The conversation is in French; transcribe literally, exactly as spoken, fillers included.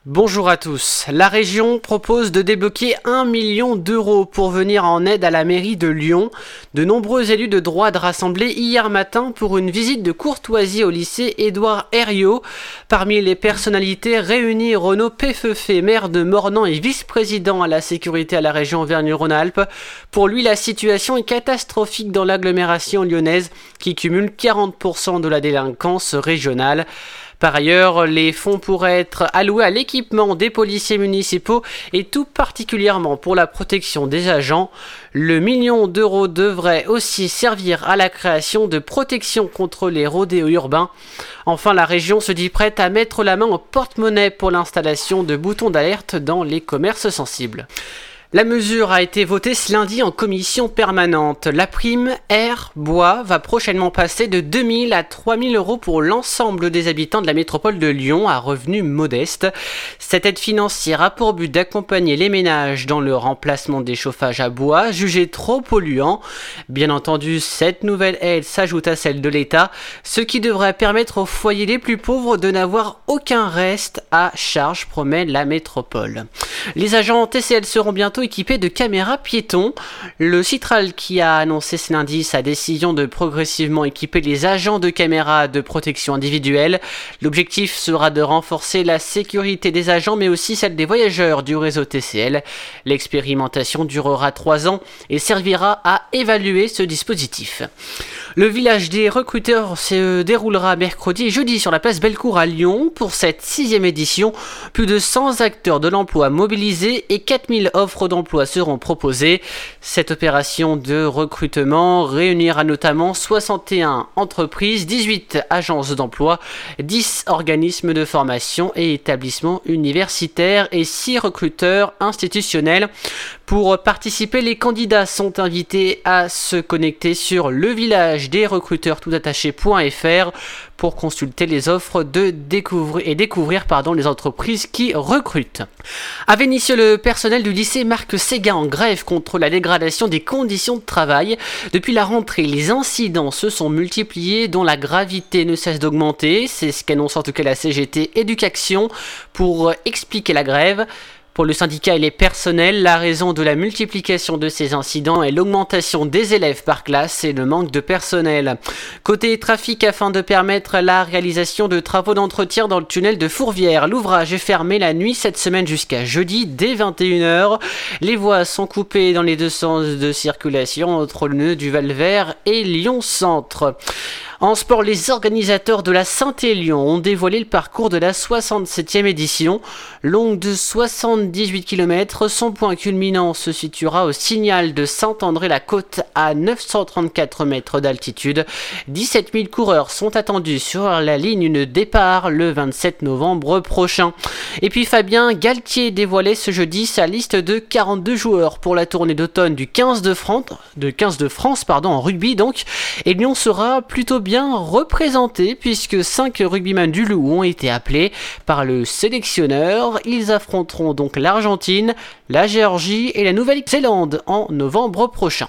Bonjour à tous. La région propose de débloquer un million d'euros pour venir en aide à la mairie de Lyon. De nombreux élus de droite rassemblés hier matin pour une visite de courtoisie au lycée Édouard Herriot. Parmi les personnalités réunies, Renaud Peffeuffer, maire de Mornan et vice-président à la sécurité à la région Auvergne-Rhône-Alpes. Pour lui, la situation est catastrophique dans l'agglomération lyonnaise qui cumule quarante pour cent de la délinquance régionale. Par ailleurs, les fonds pourraient être alloués à l'équipement des policiers municipaux et tout particulièrement pour la protection des agents. Le million d'euros devrait aussi servir à la création de protections contre les rodéos urbains. Enfin, la région se dit prête à mettre la main au porte-monnaie pour l'installation de boutons d'alerte dans les commerces sensibles. La mesure a été votée ce lundi en commission permanente. La prime air bois va prochainement passer de deux mille à trois mille euros pour l'ensemble des habitants de la métropole de Lyon à revenus modestes. Cette aide financière a pour but d'accompagner les ménages dans le remplacement des chauffages à bois jugés trop polluants. Bien entendu, cette nouvelle aide s'ajoute à celle de l'État, ce qui devrait permettre aux foyers les plus pauvres de n'avoir aucun reste à charge, promet la métropole. Les agents T C L seront bientôt équipés de caméras piétons. Le Citral qui a annoncé ce lundi sa décision de progressivement équiper les agents de caméras de protection individuelle. L'objectif sera de renforcer la sécurité des agents mais aussi celle des voyageurs du réseau T C L. L'expérimentation durera trois ans et servira à évaluer ce dispositif. Le village des recruteurs se déroulera mercredi et jeudi sur la place Bellecour à Lyon pour cette sixième édition. Plus de cent acteurs de l'emploi mobilisés et quatre mille offres d'emploi seront proposées. Cette opération de recrutement réunira notamment soixante et une entreprises, dix-huit agences d'emploi, dix organismes de formation et établissements universitaires et six recruteurs institutionnels. Pour participer, les candidats sont invités à se connecter sur le village des recruteurs toutattaché point f r pour consulter les offres de découvrir et découvrir pardon, les entreprises qui recrutent. À Vénissieux, le personnel du lycée Marc Séguin en grève contre la dégradation des conditions de travail. Depuis la rentrée, les incidents se sont multipliés dont la gravité ne cesse d'augmenter. C'est ce qu'annonce en tout cas la C G T Éducation pour expliquer la grève. Pour le syndicat et les personnels, la raison de la multiplication de ces incidents est l'augmentation des élèves par classe et le manque de personnel. Côté trafic, afin de permettre la réalisation de travaux d'entretien dans le tunnel de Fourvière, l'ouvrage est fermé la nuit cette semaine jusqu'à jeudi dès vingt et une heures. Les voies sont coupées dans les deux sens de circulation entre le nœud du Val-Vert et Lyon-Centre. En sport, les organisateurs de la Saint-Élion ont dévoilé le parcours de la soixante-septième édition. Longue de soixante-dix-huit kilomètres, son point culminant se situera au Signal de Saint-André-la-Côte à neuf cent trente-quatre mètres d'altitude. dix-sept mille coureurs sont attendus sur la ligne de départ le vingt-sept novembre prochain. Et puis Fabien Galtier dévoilait ce jeudi sa liste de quarante-deux joueurs pour la tournée d'automne du quinze de France, de quinze de France pardon, en rugby donc. Et Lyon sera plutôt bien bien représentés puisque cinq rugbyman du Loup ont été appelés par le sélectionneur. Ils affronteront donc l'Argentine, la Géorgie et la Nouvelle-Zélande en novembre prochain.